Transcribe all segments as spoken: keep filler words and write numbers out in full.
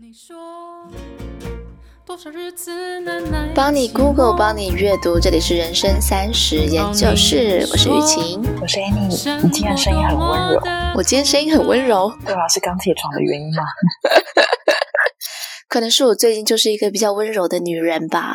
帮你 Google 帮你阅读，这里是人生三十研究室，我是雨晴， 我是 Annie。 你今天声音很温柔。 我今天声音很温柔， 对啊，是刚起床的原因吗？ 可能是我最近就是一个比较温柔的女人吧。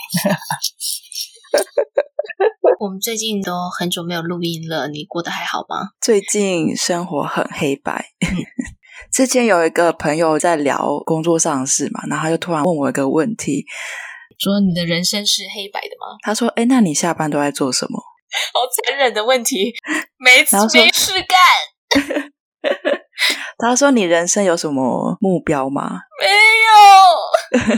我们最近都很久没有录音了，你过得还好吗？ 最近生活很黑白。之前有一个朋友在聊工作上的事嘛，然后他就突然问我一个问题， 说你的人生是黑白的吗？ 他说诶，那你下班都在做什么？ 好残忍的问题，没没事干。 他说你人生有什么目标吗？ 没有。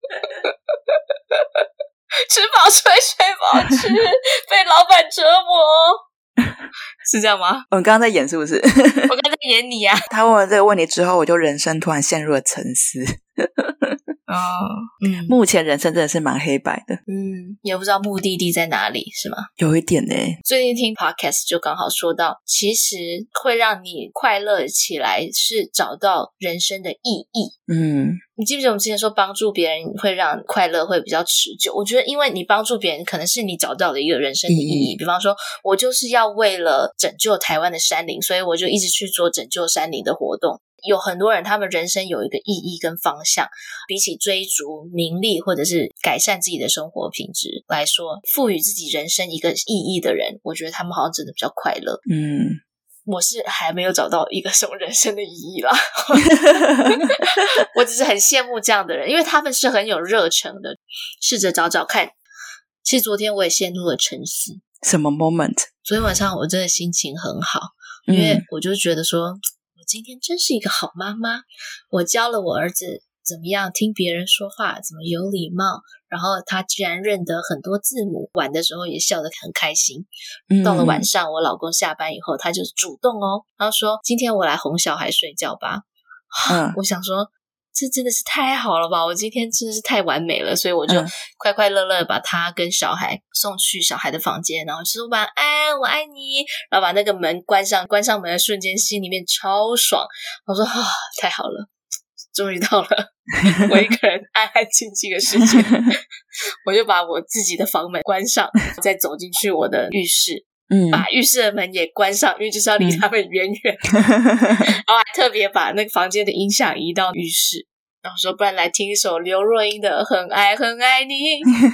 吃饱睡，睡饱吃，被老板折磨。是这样吗？ 我们刚刚在演是不是？ 我刚才在演你啊。 他问了这个问题之后，我就人生突然陷入了沉思。 哦，嗯， 目前人生真的是蛮黑白的。 嗯，也不知道目的地在哪里，是吗？ 有一点耶。 最近听 podcast 就刚好说到，其实会让你快乐起来是找到人生的意义。嗯，你记不记得我们之前说帮助别人会让快乐会比较持久？我觉得因为你帮助别人可能是你找到了一个人生的意义，比方说我就是要为了拯救台湾的山林，所以我就一直去做拯救山林的活动。有很多人他们人生有一个意义跟方向，比起追逐名利或者是改善自己的生活品质来说，赋予自己人生一个意义的人，我觉得他们好像真的比较快乐。嗯，我是还没有找到一个什么人生的意义啦。我只是很羡慕这样的人，因为他们是很有热忱的。试着找找看。其实昨天我也陷入了沉思。 什么 moment？ 昨天晚上我真的心情很好，因为我就觉得说我今天真是一个好妈妈，我教了我儿子怎么样听别人说话，怎么有礼貌，然后他居然认得很多字母，玩的时候也笑得很开心。嗯、到了晚上我老公下班以后，他就主动哦，然后说今天我来哄小孩睡觉吧。嗯、我想说这真的是太好了吧，我今天真的是太完美了，所以我就快快乐乐把他跟小孩送去小孩的房间，然后就说晚安我爱你，然后把那个门关上，关上门的瞬间心里面超爽。我说啊，太好了，终于到了我一个人安安静静的时间。我就把我自己的房门关上，再走进去我的浴室，嗯，把浴室的门也关上，因为就是要离他们远远。然后还特别把那个房间的音响移到浴室，然后说不然来听一首刘若英的很爱很爱你。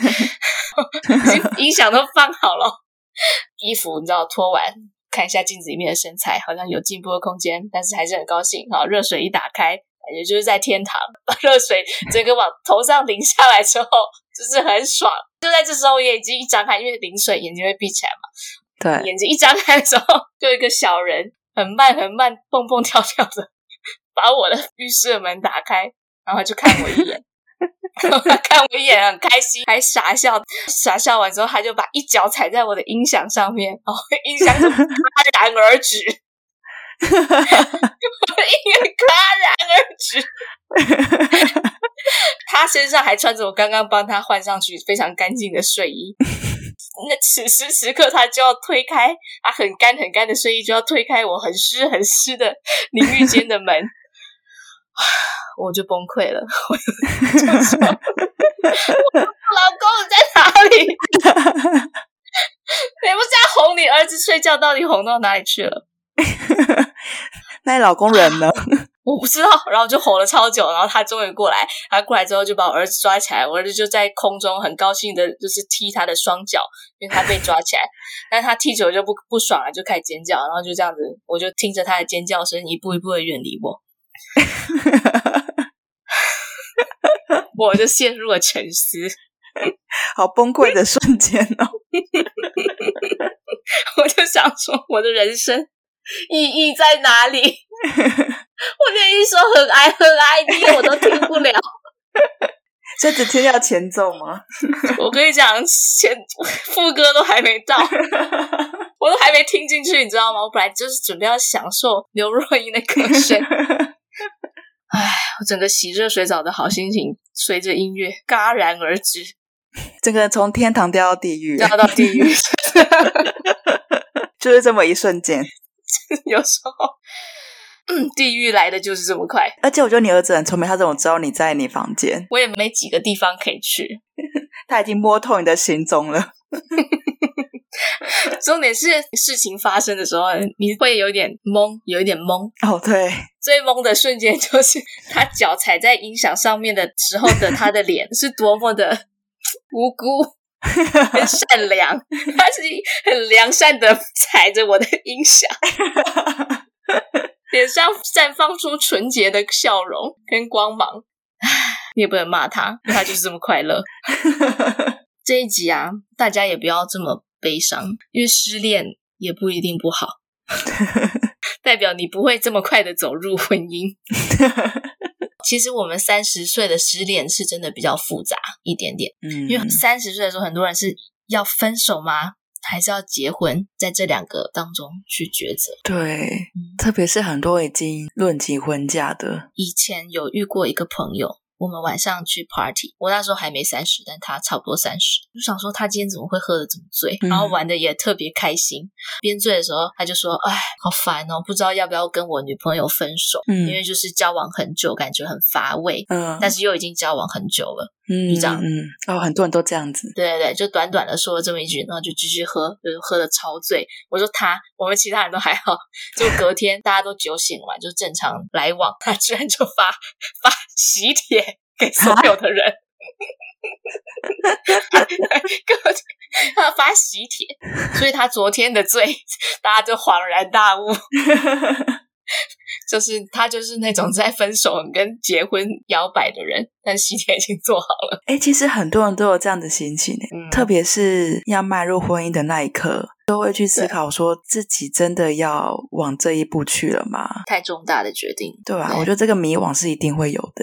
音响都放好了，衣服你知道脱完，看一下镜子里面的身材好像有进步的空间，但是还是很高兴。好，热水一打开感觉就是在天堂，把热水整个往头上淋下来之后就是很爽。就在这时候我眼睛一张开，因为淋水眼睛会闭起来嘛，对，眼睛一张开的时候就有一个小人很慢很慢蹦蹦跳跳的把我的浴室的门打开，然后就看我一眼。他看我一眼很开心，还傻笑，傻笑完之后他就把一脚踩在我的音响上面，然后音响就戛然而止。我的音乐戛然而止。他身上还穿着我刚刚帮他换上去非常干净的睡衣。那此时此刻他就要推开他很干很干的睡衣，就要推开我很湿很湿的淋浴间的门。我就崩溃了。我就说老公你在哪里？你不是在哄你儿子睡觉，到底哄到哪里去了？ 那你老公人呢？ 我不知道，然后就吼了超久，然后他终于过来，他过来之后就把我儿子抓起来，我儿子就在空中很高兴的就是踢他的双脚，因为他被抓起来。但是他踢久了就不不爽了，就开始尖叫，然后就这样子我就听着他的尖叫声一步一步的远离我。我就陷入了沉思。 好崩溃的瞬间哦。 我就想说我的人生意义在哪里？我连一首很爱很爱你我都听不了。 所以只听到前奏吗？ 我跟你讲前副歌都还没到。我都还没听进去你知道吗？我本来就是准备要享受刘若英的歌声。唉，我整个洗热水澡的好心情随着音乐戛然而止， 整个从天堂掉到地狱， 掉到地狱。 就是这么一瞬间。 有时候嗯，地狱来的就是这么快。 而且我觉得你儿子很聪明，他怎么知道你在你房间？ 我也没几个地方可以去。 他已经摸透你的行踪了。 重点是事情发生的时候你会有点懵，有一点懵。 哦，对， 最懵的瞬间就是他脚踩在音响上面的时候的他的脸是多么的无辜跟善良，他是很良善的踩着我的音响，脸上绽放出纯洁的笑容跟光芒。你也不能骂他，因为他就是这么快乐。这一集啊，大家也不要这么悲伤，因为失恋也不一定不好，代表你不会这么快的走入婚姻。其实我们三十岁的失恋是真的比较复杂一点点，嗯，因为三十岁的时候很多人是要分手吗？还是要结婚？在这两个当中去抉择。 对、嗯、特别是很多已经论及婚嫁的。 以前有遇过一个朋友，我们晚上去 party， 我那时候还没三十，但他差不多三十，就想说他今天怎么会喝得这么醉、嗯、然后玩的也特别开心。边醉的时候他就说，哎，好烦哦，不知道要不要跟我女朋友分手、嗯、因为就是交往很久感觉很乏味、嗯、但是又已经交往很久了，嗯，就这样， 嗯，哦，很多人都这样子， 对对对，就短短的说了这么一句，然后就继续喝，就是喝得超醉。我说他，我们其他人都还好，就隔天大家都酒醒了嘛，就正常来往，他居然就发发喜帖给所有的人，他发喜帖，所以他昨天的醉，大家就恍然大悟。就是他就是那种在分手跟结婚摇摆的人，但喜帖已经做好了。 诶，其实很多人都有这样的心情、嗯、特别是要迈入婚姻的那一刻，都会去思考说自己真的要往这一步去了吗？ 太重大的决定， 对啊，我觉得这个迷惘是一定会有的。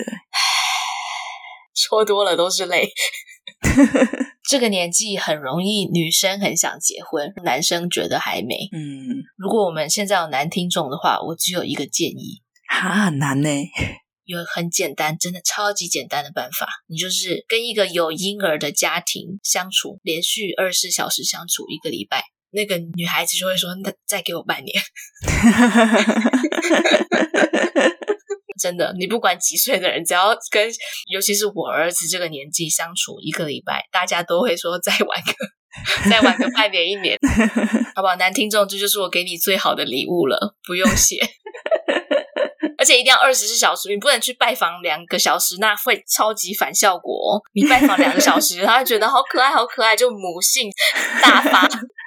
说多了都是泪。这个年纪很容易女生很想结婚，男生觉得还没。嗯，如果我们现在有男听众的话，我只有一个建议。 哈，很难耶。 有很简单，真的超级简单的办法，你就是跟一个有婴儿的家庭相处，连续二十四小时相处一个礼拜，那个女孩子就会说，那再给我半年。真的，你不管几岁的人，只要跟尤其是我儿子这个年纪相处一个礼拜，大家都会说再玩个再玩个半年一年。好不好？男听众，这就是我给你最好的礼物了，不用谢。而且一定要二十四小时，你不能去拜访两个小时，那会超级反效果哦。你拜访两个小时，他会觉得好可爱好可爱，就母性大发。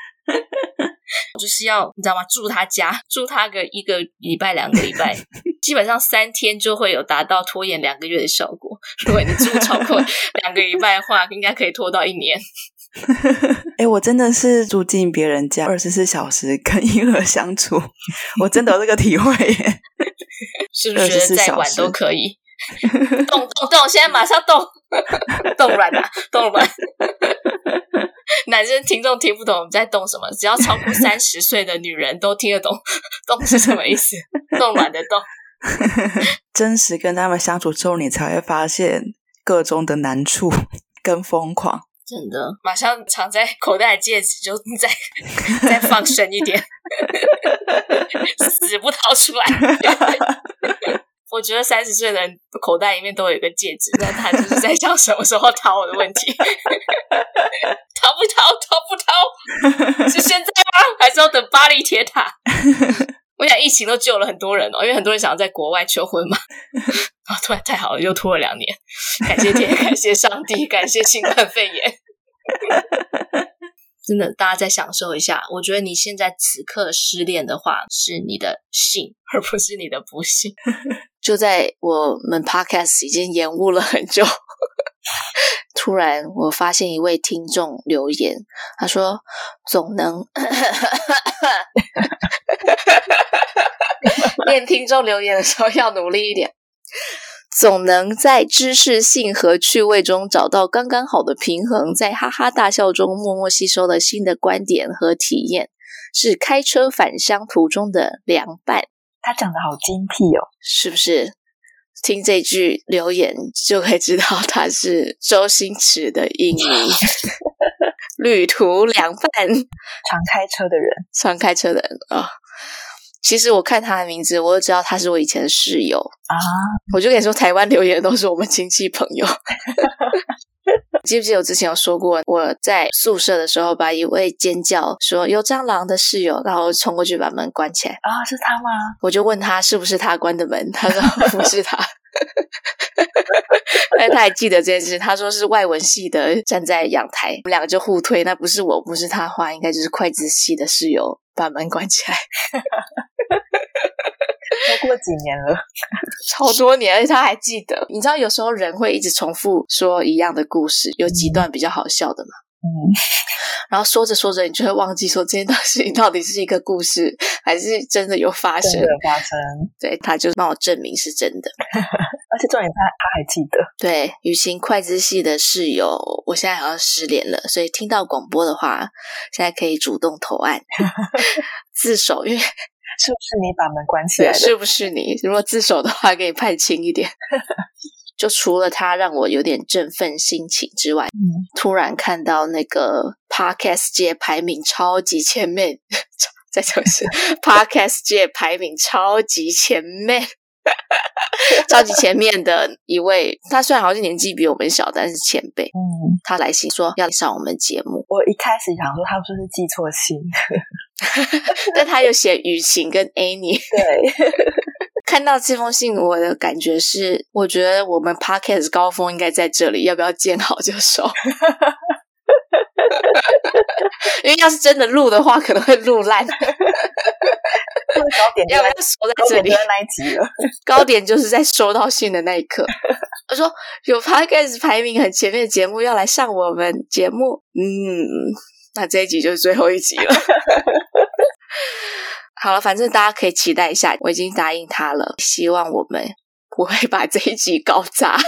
就是要你知道吗，住他家，住他个一个礼拜两个礼拜，基本上三天就会有达到拖延两个月的效果。如果你住超过两个礼拜的话，应该可以拖到一年。 欸，我真的是住进别人家二十四小时跟婴儿相处，我真的有这个体会耶。 是不是觉得再晚都可以？动动动，现在马上动。动软啊，动软。男生听众听不懂我们在动什么，只要超过三十岁的女人都听得懂动是什么意思。动软的动。 真实跟他们相处之后，你才会发现各中的难处跟疯狂。 真的，马上藏在口袋的戒指就再再放深一点。死不掏出来。我觉得三十岁的人口袋里面都有一个戒指，但他就是在想什么时候掏我的问题。掏不掏？掏不掏？是现在吗？还是要等巴黎铁塔？我想疫情都救了很多人哦，因为很多人想要在国外求婚嘛。啊，突然太好了，又拖了两年。感谢天，感谢上帝，感谢新冠肺炎。真的，大家再享受一下。我觉得你现在此刻失恋的话，是你的幸，而不是你的不幸。就在我们 podcast 已经延误了很久，突然我发现一位听众留言，他说总能念听众留言的时候要努力一点，总能在知识性和趣味中找到刚刚好的平衡，在哈哈大笑中默默吸收了新的观点和体验，是开车返乡途中的良伴。 他讲得好精辟哦， 是不是？听这句留言就可以知道他是周星驰的影迷。旅途良伴， 常开车的人， 常开车的人啊、哦， 其实我看他的名字我就知道他是我以前的室友啊。 我就跟你说台湾留言的都是我们亲戚朋友记不记得我之前有说过我在宿舍的时候把一位尖叫说有蟑螂的室友，然后冲过去把门关起来啊，是他吗？ 我就问他是不是他关的门，他说不是他但他还记得这件事，他说是外文系的站在阳台，我们两个就互推，那不是我不是他的话应该就是会计系的室友把门关起来都过几年了超多年，而且他还记得。你知道有时候人会一直重复说一样的故事，有几段比较好笑的嘛，嗯，然后说着说着你就会忘记说这件事情到底是一个故事还是真的有发生， 真的有发生。 对，他就帮我证明是真的而且重点他他还记得。 对，雨晴会计系的室友我现在好像失联了，所以听到广播的话现在可以主动投案自首，因为是不是你把门关起来的？ 是不是你？如果自首的话给你判轻一点就除了他让我有点振奋心情之外，嗯，突然看到那个 podcast 界排名超级前面在这是 podcast 界排名超级前面超级前面的一位，他虽然好像年纪比我们小，但是前辈。嗯，他来信说要上我们节目。 我一开始想说他是不是记错信但他有写雨晴跟 Annie。 对看到这封信我的感觉是我觉得我们 podcast 高峰应该在这里，要不要见好就收因为要是真的录的话可能会录烂高点要不要收在这里， 高点就在那一集了高点就是在收到信的那一刻我说有 podcast 排名很前面的节目要来上我们节目，嗯，那这一集就是最后一集了好了，反正大家可以期待一下，我已经答应他了，希望我们不会把这一集搞砸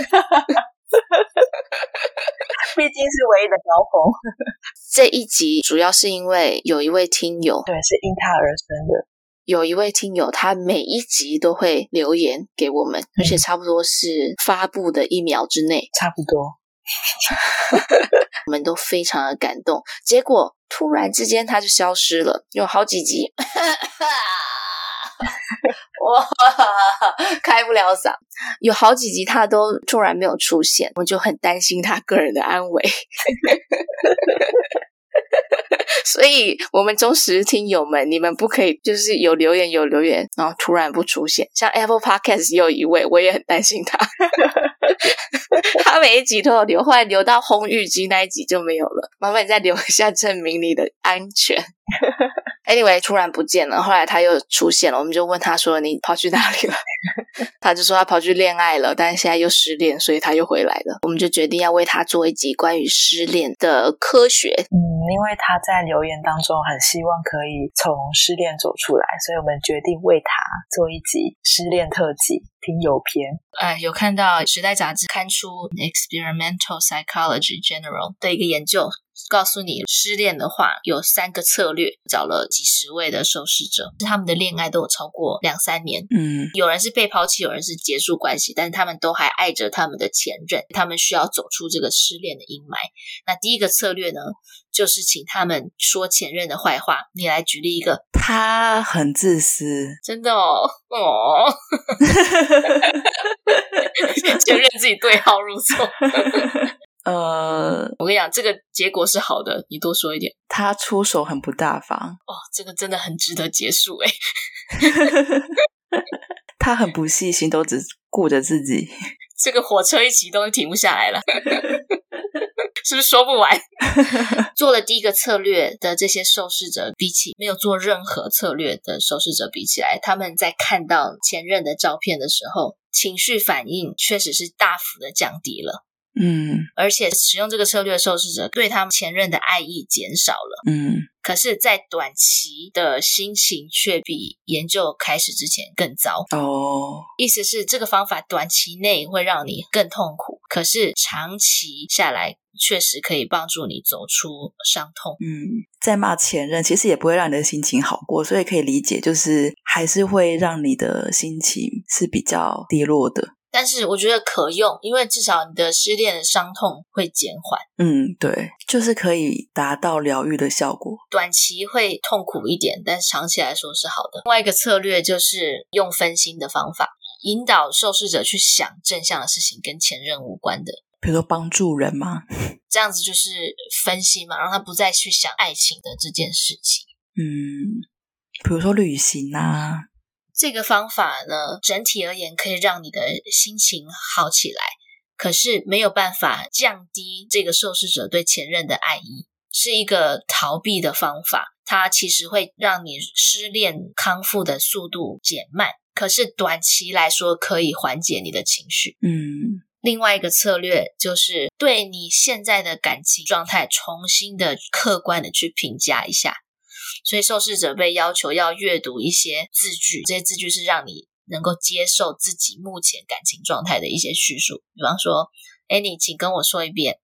毕竟是唯一的高峰这一集主要是因为有一位听友， 对，是因他而生的， 有一位听友他每一集都会留言给我们，而且差不多是发布的一秒之内， 差不多我们都非常的感动，结果突然之间他就消失了，有好几集哇，开不了嗓，有好几集他都突然没有出现，我就很担心他个人的安危所以我们忠实听友们，你们不可以就是有留言有留言然后突然不出现，像 Apple Podcast 也有一位，我也很担心他他每一集都有留，后来留到烘浴机那一集就没有了，麻烦你再留一下证明你的安全anyway 突然不见了，后来他又出现了，我们就问他说你跑去哪里了他就说他跑去恋爱了，但是现在又失恋，所以他又回来了，我们就决定要为他做一集关于失恋的科学。 嗯，因为他在留言当中很希望可以从失恋走出来，所以我们决定为他做一集失恋特辑听友篇。 呃，有看到时代杂志刊出 Experimental Psychology General 的一个研究，告诉你失恋的话有三个策略，找了几十位的受试者，他们的恋爱都有超过两三年，嗯，有人是被抛弃，有人是结束关系，但是他们都还爱着他们的前任，他们需要走出这个失恋的阴霾。那第一个策略呢，就是请他们说前任的坏话，你来举例一个。 他很自私， 真的哦，哦前任自己对号入座呃，我跟你讲，这个结果是好的，你多说一点。 他出手很不大方哦，这个真的很值得结束诶他很不细心，都只顾着自己， 这个火车一启动就停不下来了是不是说不完做了第一个策略的这些受试者，比起没有做任何策略的受试者比起来，他们在看到前任的照片的时候，情绪反应确实是大幅的降低了。嗯，而且使用这个策略的受试者对他们前任的爱意减少了。嗯，可是在短期的心情却比研究开始之前更糟。哦，意思是这个方法短期内会让你更痛苦，可是长期下来确实可以帮助你走出伤痛。 嗯，在骂前任其实也不会让你的心情好过，所以可以理解，就是还是会让你的心情是比较跌落的。 但是我觉得可用，因为至少你的失恋的伤痛会减缓。 嗯，对，就是可以达到疗愈的效果。 短期会痛苦一点，但是长期来说是好的。另外一个策略就是用分心的方法，引导受试者去想正向的事情，跟前任无关的。 比如说帮助人吗？ 这样子就是分析嘛，让他不再去想爱情的这件事情。 嗯，比如说旅行啊。 这个方法呢，整体而言可以让你的心情好起来，可是没有办法降低这个受试者对前任的爱意，是一个逃避的方法。它其实会让你失恋康复的速度减慢，可是短期来说可以缓解你的情绪。 嗯， 另外一个策略就是对你现在的感情状态重新的客观的去评价一下。所以受试者被要求要阅读一些字句，这些字句是让你能够接受自己目前感情状态的一些叙述。比方说，诶，你请跟我说一遍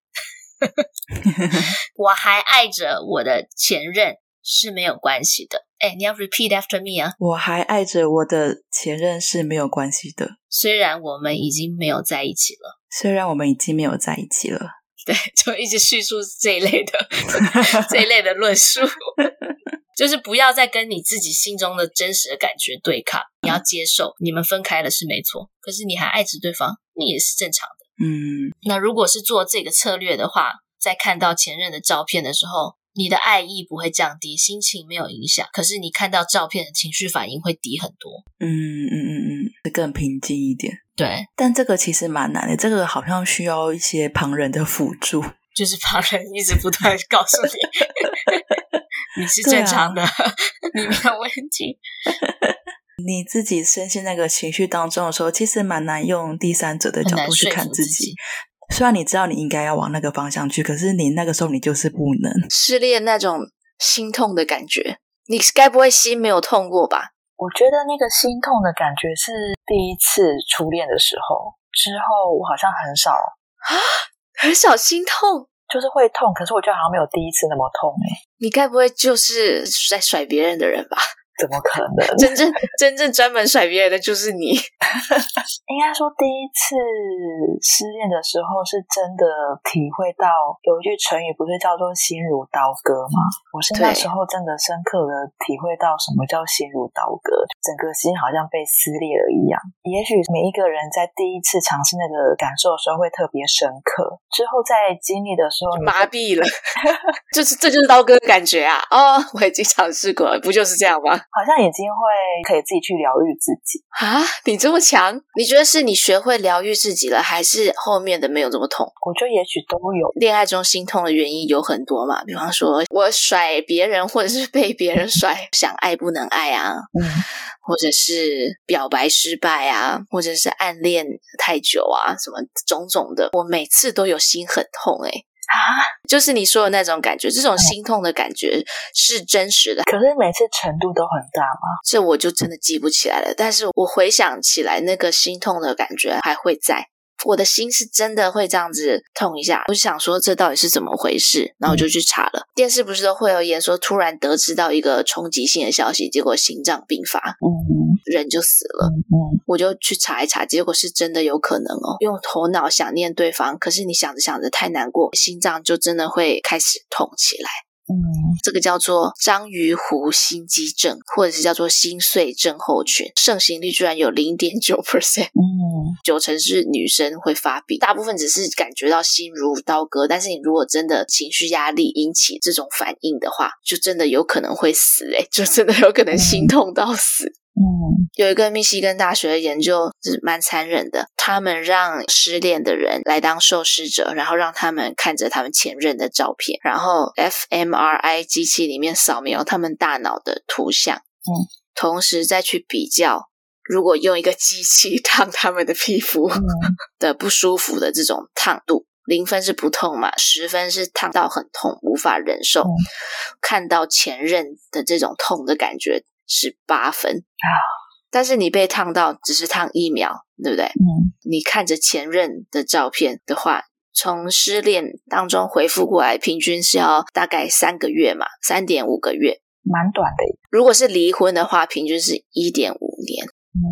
我还爱着我的前任是没有关系的。诶，你要 repeat after me 啊。 我还爱着我的前任是没有关系的， 虽然我们已经没有在一起了。 虽然我们已经没有在一起了。 对，就一直叙述这一类的这一类的论述就是不要再跟你自己心中的真实的感觉对抗，你要接受你们分开了是没错，可是你还爱着对方，你也是正常的。 嗯， 那如果是做这个策略的话，在看到前任的照片的时候，你的爱意不会降低，心情没有影响，可是你看到照片的情绪反应会低很多。 嗯嗯嗯嗯，会更平静一点。 对， 但这个其实蛮难的，这个好像需要一些旁人的辅助， 就是旁人一直不断告诉你你是正常的、啊、你没有问题你自己深陷那个情绪当中的时候，其实蛮难用第三者的角度去看自己。 自己虽然你知道你应该要往那个方向去，可是你那个时候你就是不能。 失恋那种心痛的感觉，你该不会心没有痛过吧？ 我觉得那个心痛的感觉是第一次初恋的时候，之后我好像很少啊，很少心痛， 就是会痛，可是我觉得好像没有第一次那么痛诶。 你该不会就是在甩别人的人吧？ 怎么可能？ 真正真正专门甩别人的就是你。 应该说第一次失恋的时候是真的体会到，有一句成语不是叫做心如刀割吗？我是那时候真的深刻的体会到什么叫心如刀割，整个心好像被撕裂了一样。也许每一个人在第一次尝试那个感受的时候会特别深刻，之后在经历的时候麻痹了就是这就是刀割的感觉啊。哦，我已经尝试过了，不就是这样吗？ 好像已经会可以自己去疗愈自己啊！你这么强，你觉得是你学会疗愈自己了，还是后面的没有这么痛？ 我觉得也许都有。 恋爱中心痛的原因有很多嘛，比方说我甩别人，或者是被别人甩，想爱不能爱啊， 嗯， 或者是表白失败啊，或者是暗恋太久啊，什么种种的，我每次都有心很痛诶、欸啊， 就是你说的那种感觉，这种心痛的感觉是真实的。 可是每次程度都很大吗？ 这我就真的记不起来了，但是我回想起来那个心痛的感觉还会在，我的心是真的会这样子痛一下。我就想说这到底是怎么回事，然后我就去查了、嗯、电视不是都会有演说突然得知到一个冲击性的消息，结果心脏病发， 嗯， 人就死了。 嗯嗯， 我就去查一查，结果是真的有可能哦。用头脑想念对方，可是你想着想着太难过，心脏就真的会开始痛起来。 嗯， 这个叫做章鱼湖心肌症，或者是叫做心碎症候群，盛行率居然有 百分之零点九， 嗯， 九成是女生会发病，大部分只是感觉到心如刀割，但是你如果真的情绪压力引起这种反应的话，就真的有可能会死诶、欸、就真的有可能心痛到死。 嗯， 有一个密西根大学的研究是蛮残忍的，他们让失恋的人来当受试者，然后让他们看着他们前任的照片，然后 F M R I 机器里面扫描他们大脑的图像， 嗯， 同时再去比较如果用一个机器烫他们的皮肤的不舒服的这种烫度，零分是不痛嘛，十分是烫到很痛无法忍受、嗯、看到前任的这种痛的感觉是八分啊，但是你被烫到只是烫一秒，对不对？ 嗯， 你看着前任的照片的话，从失恋当中恢复过来，平均是要大概三个月嘛，三点五个月， 蛮短的。 如果是离婚的话，平均是一点五年。 嗯，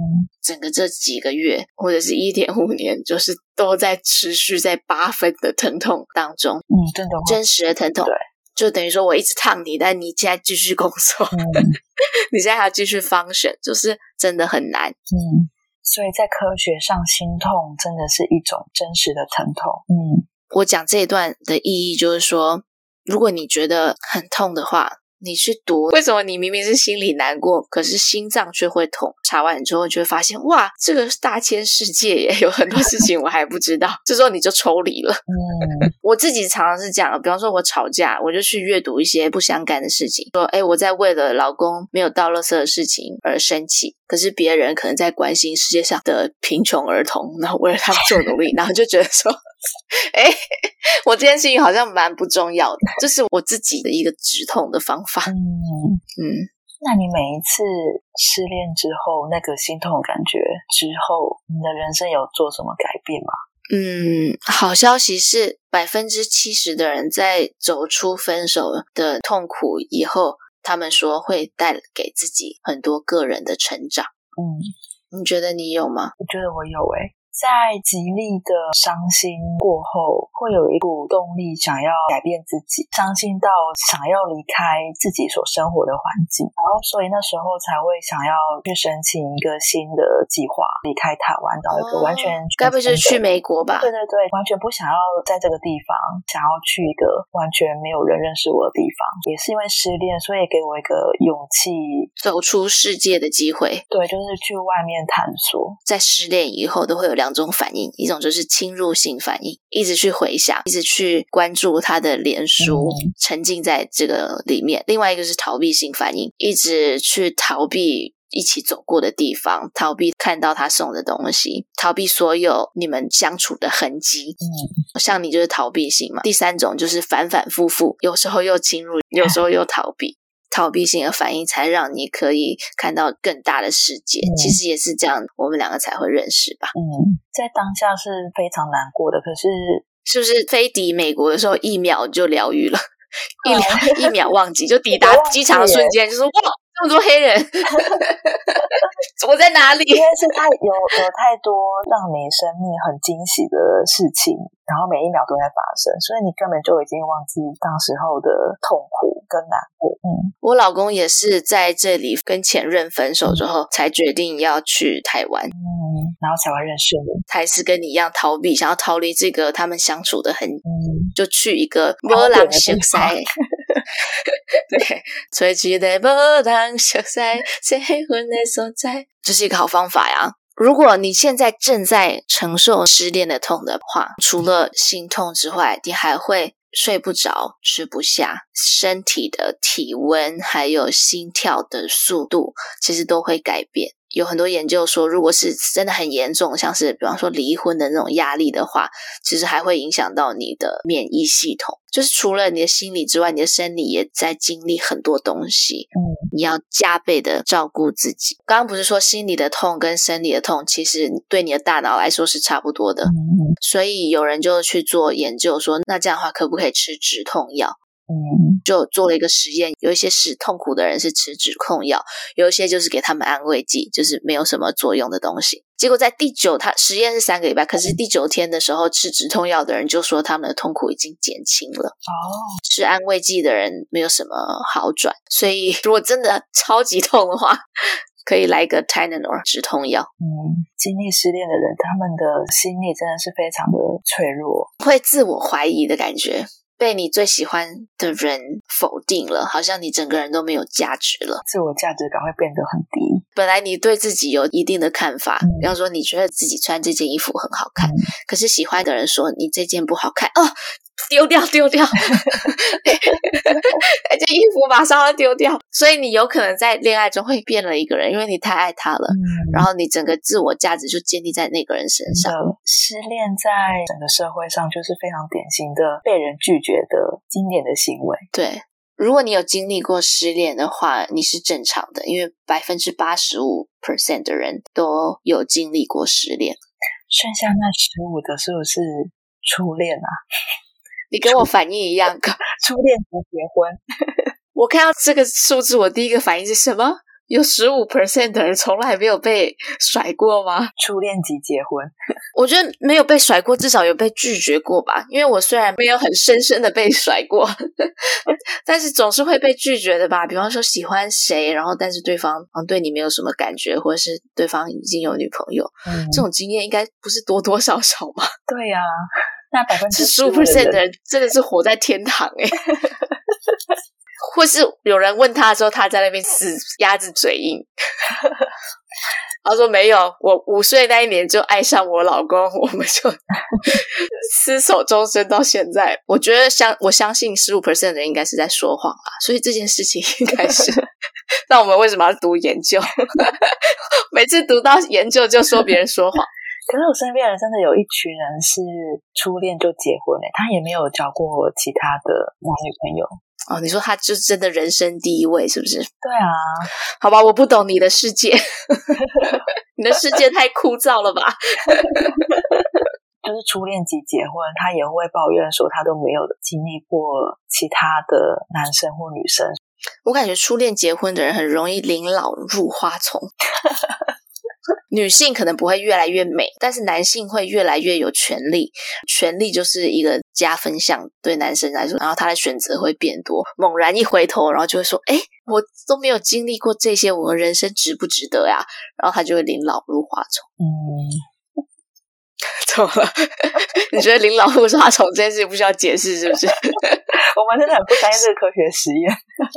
整个这几个月或者是 一点五年就是都在持续在八分的疼痛当中。 嗯，真的真实的疼痛。 对， 就等于说我一直烫你，但你现在继续工作，嗯、你现在还要继续function，就是真的很难。 嗯，所以在科学上，心痛真的是一种真实的疼痛。嗯， 我讲这一段的意义就是说，如果你觉得很痛的话，你去读为什么你明明是心里难过，可是心脏却会痛，查完之后就会发现，哇，这个大千世界耶，有很多事情我还不知道，这时候你就抽离了。嗯，我自己常常是这样，比方说我吵架，我就去阅读一些不相干的事情，说诶我在为了老公没有倒垃圾的事情而生气，可是别人可能在关心世界上的贫穷儿童，然后为了他们做努力，然后就觉得说诶我这件事情好像蛮不重要的，这是我自己的一个止痛的方法。嗯嗯，那你每一次失恋之后，那个心痛的感觉之后，你的人生有做什么改变吗？ 嗯，好消息是 百分之七十 的人在走出分手的痛苦以后，他们说会带给自己很多个人的成长。嗯，你觉得你有吗？ 我觉得我有诶、欸在极力的伤心过后，会有一股动力想要改变自己，伤心到想要离开自己所生活的环境，然后所以那时候才会想要去申请一个新的计划，离开台湾到一个完全该不是去美国吧？ 对对对，完全不想要在这个地方，想要去一个完全没有人认识我的地方。也是因为失恋，所以给我一个勇气走出世界的机会。对， 就是去外面探索。 在失恋以后都会有两种反应，一种就是侵入性反应，一直去回想，一直去关注他的脸书、嗯、沉浸在这个里面。另外一个是逃避性反应，一直去逃避一起走过的地方，逃避看到他送的东西，逃避所有你们相处的痕迹。嗯，像你就是逃避性嘛。第三种就是反反复复，有时候又侵入，有时候又逃避。逃避性的反应才让你可以看到更大的世界、嗯、其实也是这样我们两个才会认识吧。 嗯，在当下是非常难过的，可是是不是飞抵美国的时候一秒就疗愈了、哦、一秒一秒忘记，就抵达机场的瞬间就说哇这么多黑人我在哪里？ 因为是太有有太多让你生命很惊喜的事情，然后每一秒都在发生，所以你根本就已经忘记当时候的痛苦跟难过。嗯， 我老公也是在这里跟前任分手之后、嗯、才决定要去台湾， 嗯，然后才会认识你。 还是跟你一样逃避，想要逃离这个他们相处的很、嗯、就去一个没人熟悉对，找一个没人熟悉结婚的所在，这是一个好方法呀。如果你现在正在承受失恋的痛的话，除了心痛之外，你还会睡不着、吃不下，身体的体温还有心跳的速度其实都会改变。有很多研究说，如果是真的很严重，像是比方说离婚的那种压力的话，其实还会影响到你的免疫系统。就是除了你的心理之外，你的生理也在经历很多东西。嗯，你要加倍的照顾自己。刚刚不是说心理的痛跟生理的痛，其实对你的大脑来说是差不多的。嗯，所以有人就去做研究说，那这样的话可不可以吃止痛药？嗯，就做了一个实验，有一些是痛苦的人是吃止痛药，有一些就是给他们安慰剂，就是没有什么作用的东西。结果在第九，他实验是三个礼拜，可是第九天的时候吃止痛药的人就说他们的痛苦已经减轻了。哦，吃安慰剂的人没有什么好转，所以如果真的超级痛的话，可以来个 Tylenol 止痛药。 嗯，经历失恋的人，他们的心理真的是非常的脆弱， 会自我怀疑的感觉。被你最喜欢的人否定了，好像你整个人都没有价值了， 自我价值感会变得很低。 本来你对自己有一定的看法、嗯、比方说你觉得自己穿这件衣服很好看、嗯、可是喜欢的人说你这件不好看，哦，丢掉丢掉这衣服马上要丢掉。所以你有可能在恋爱中会变了一个人，因为你太爱他了、嗯、然后你整个自我价值就建立在那个人身上。 失恋在整个社会上就是非常典型的被人拒绝的经典的行为。 对，如果你有经历过失恋的话，你是正常的，因为 百分之八十五 的人都有经历过失恋。 剩下那十五的是不是初恋啊？ 你跟我反应一样， 初恋不结婚。 我看到这个数字，我第一个反应是什么？ 有 百分之十五 的人从来没有被甩过吗？ 初恋即结婚。 我觉得没有被甩过，至少有被拒绝过吧。因为我虽然没有很深深的被甩过但是总是会被拒绝的吧。比方说喜欢谁，然后但是对方对你没有什么感觉，或者是对方已经有女朋友、嗯、这种经验应该不是多多少少吗？ 对啊，那百分之十五 的人真的是活在天堂诶、欸或是有人问他的时候，他在那边死鸭子嘴硬他说没有，我五岁那一年就爱上我老公，我们就厮守终身到现在。我觉得相我相信 百分之十五 的人应该是在说谎啦，所以这件事情应该是那我们为什么要读研究每次读到研究就说别人说谎可是我身边人真的有一群人是初恋就结婚了，他也没有交过其他的男女朋友。 哦，你说他就真的人生第一位是不是？ 对啊。 好吧，我不懂你的世界你的世界太枯燥了吧就是初恋即结婚，他也会抱怨说他都没有经历过其他的男生或女生。 我感觉初恋结婚的人很容易临老入花丛女性可能不会越来越美，但是男性会越来越有权利，权利就是一个加分项对男生来说，然后他的选择会变多，猛然一回头然后就会说诶我都没有经历过这些，我的人生值不值得呀？然后他就会临老入花丛。 嗯， 怎么了？你觉得临老入花丛这件事不需要解释是不是？ 我们真的很不相信这个科学实验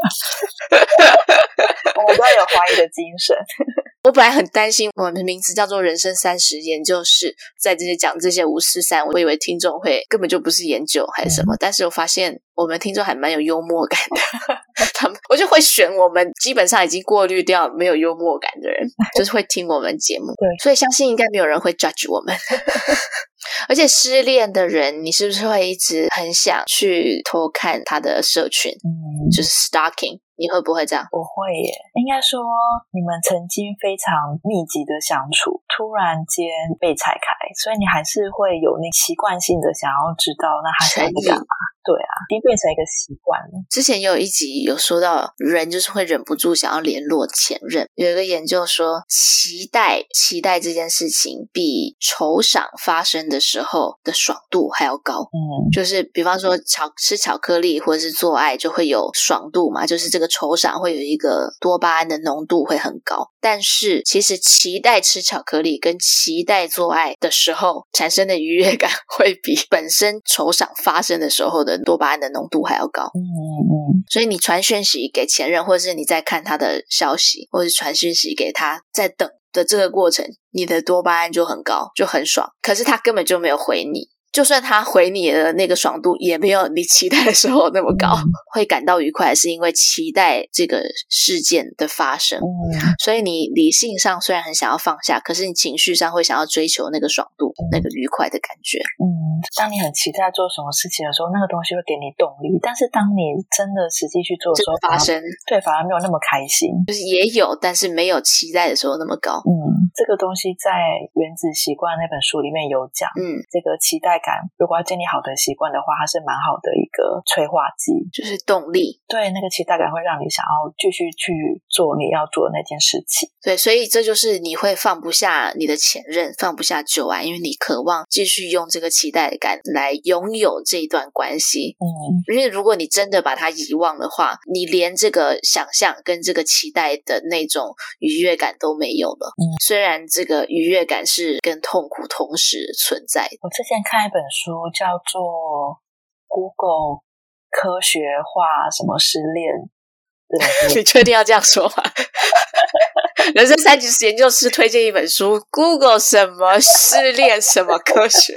我们都要有怀疑的精神我本来很担心我们的名字叫做人生三十研究室，在这些讲这些五四三，我以为听众会根本就不是研究还是什么、嗯、但是我发现我们听众还蛮有幽默感的他们我就会选我们基本上已经过滤掉没有幽默感的人就是会听我们节目， 对， 所以相信应该没有人会 judge 我们而且失恋的人你是不是会一直很想去偷看他的社群、嗯、就是 stalking，你会不会这样？ 我会耶，应该说你们曾经非常密集的相处，突然间被拆开，所以你还是会有那习惯性的想要知道那他现在在干嘛。对啊，已经变成一个习惯了。 之前也有一集有说到人就是会忍不住想要联络前任，有一个研究说期待期待这件事情比酬赏发生的时候的爽度还要高。嗯，就是比方说巧吃巧克力或者是做爱就会有爽度嘛，就是这个酬赏会有一个多巴胺的浓度会很高，但是其实期待吃巧克力跟期待做爱的时候产生的愉悦感会比本身酬赏发生的时候的多巴胺的浓度还要高。 嗯嗯， 所以你传讯息给前任，或者是你在看他的消息，或者是传讯息给他在等的这个过程，你的多巴胺就很高，就很爽，可是他根本就没有回你，就算他回你的那个爽度也没有你期待的时候那么高、嗯、会感到愉快是因为期待这个事件的发生、嗯、所以你理性上虽然很想要放下，可是你情绪上会想要追求那个爽度、嗯、那个愉快的感觉。 嗯，当你很期待做什么事情的时候，那个东西会给你动力，但是当你真的实际去做的时候发生， 对，反而没有那么开心， 就是也有但是没有期待的时候那么高。 嗯，这个东西在原子习惯那本书里面有讲，嗯，这个期待感如果要建立好的习惯的话，它是蛮好的一个催化剂， 就是动力。 对，那个期待感会让你想要继续去做你要做的那件事情。 对，所以这就是你会放不下你的前任，放不下旧爱，因为你渴望继续用这个期待感来拥有这一段关系。嗯，因为如果你真的把它遗忘的话，你连这个想象跟这个期待的那种愉悦感都没有了。嗯，虽然这个愉悦感是跟痛苦同时存在的。 我之前看一本书叫做 Google 科学化什么失恋你确定要这样说吗？人生三级研究室推荐一本书 Google 什么失恋什么科学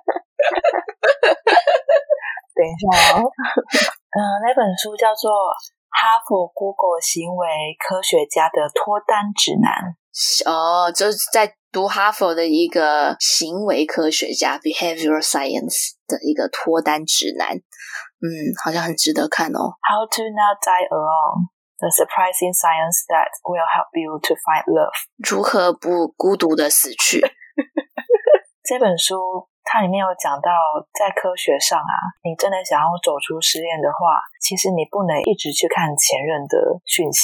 等一下哦嗯、呃，那本书叫做哈佛 Google 行为科学家的脱单指南。 哦，就是在读哈佛的一个行为科学家 behavioral science 的一个脱单指南。嗯，好像很值得看哦。 How to not die alone, the surprising science that will help you to find love. 如何不孤独的死去这本书它里面有讲到，在科学上啊，你真的想要走出失恋的话，其实你不能一直去看前任的讯息，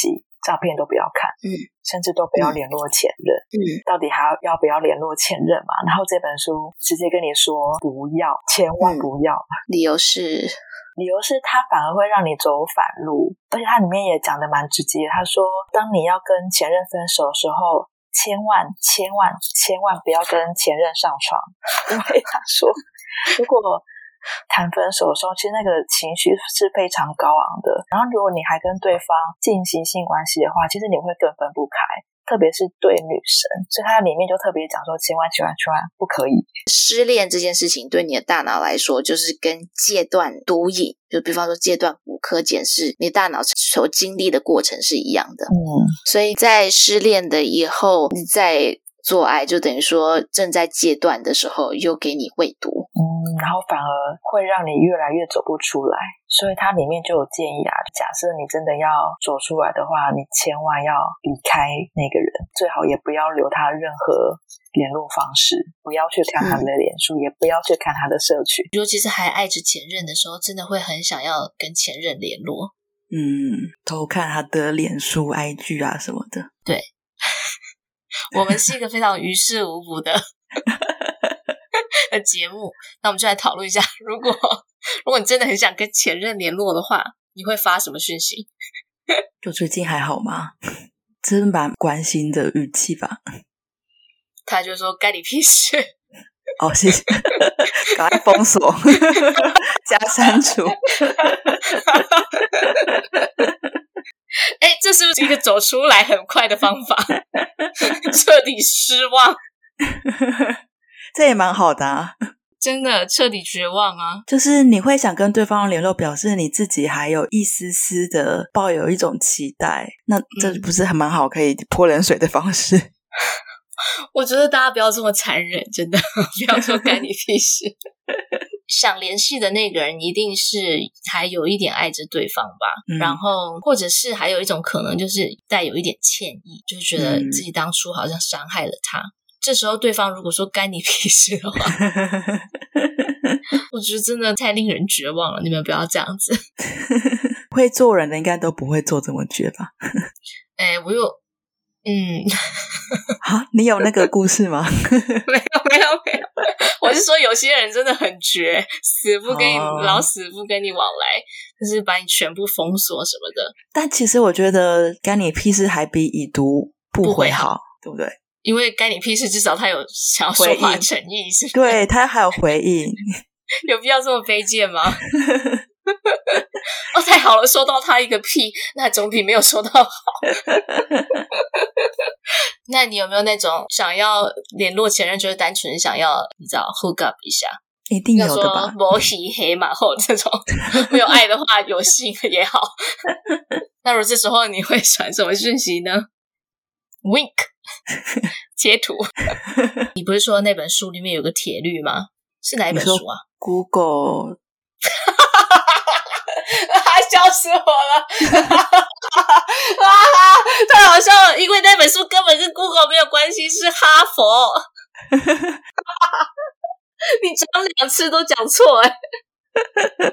照片都不要看， 嗯， 甚至都不要联络前任， 嗯， 到底还要不要联络前任嘛？然后这本书直接跟你说不要，千万不要，嗯、 理由是理由是它反而会让你走反路，而且它里面也讲得蛮直接，他说当你要跟前任分手的时候，千万千万千万不要跟前任上床，因为他说如果谈分手的时候，其实那个情绪是非常高昂的，然后如果你还跟对方进行性关系的话，其实你会更分不开，特别是对女生，所以它里面就特别讲说千万千万千万不可以。 失恋这件事情对你的大脑来说就是跟戒断毒瘾，就比方说戒断骨科检视，你大脑所经历的过程是一样的。 嗯， 所以在失恋的以后你在做爱，就等于说正在戒断的时候又给你喂毒， 嗯，然后反而会让你越来越走不出来。所以它里面就有建议啊，假设你真的要走出来的话，你千万要离开那个人，最好也不要留他任何联络方式，不要去看他的脸书、嗯、也不要去看他的社群。 尤其是还爱着前任的时候，真的会很想要跟前任联络， 嗯，偷看他的脸书 I G 啊什么的。 对，我们是一个非常于事无补的的节目，那我们就来讨论一下，如果如果你真的很想跟前任联络的话，你会发什么讯息？ 就最近还好吗？真蛮关心的语气吧。 他就说干你屁事。 哦，谢谢，赶快封锁加删除。 哎，这是不是一个走出来很快的方法？彻底失望。 这也蛮好的啊， 真的彻底绝望啊！ 就是你会想跟对方联络，表示你自己还有一丝丝的抱有一种期待，那这不是还蛮好可以泼冷水的方式？嗯、 我觉得大家不要这么残忍，真的不要说干你屁事。想联系的那个人一定是还有一点爱着对方吧、嗯、然后或者是还有一种可能就是带有一点歉意，就是觉得自己当初好像伤害了他、嗯，这时候对方如果说干你屁事的话我觉得真的太令人绝望了，你们不要这样子。 会做人的应该都不会做这么绝吧。 哎，我有嗯啊，你有那个故事吗？ 没有没有没有，我是说有些人真的很绝，死不跟你、oh. 老死不跟你往来，就是把你全部封锁什么的。 但其实我觉得干你屁事还比已读不回好，好对不对？ 因为干你屁事至少他有想要说话的诚意，是不是？ 对，他还有回应。 有必要这么卑贱吗？哦，太好了，收到他一个屁，那总比没有收到好。那你有没有那种想要联络前任，就是单纯想要你知道 hook up 一下？ 一定有的吧， 摩西黑马后这种没有爱的话有性也好。那如果这时候你会传什么讯息呢？ Wink 截图。你不是说那本书里面有个铁律吗？是哪一本书啊？ Google 笑死我了。太好笑了，因为那本书根本跟 Google 没有关系，是哈佛。你讲两次都讲错哎、欸。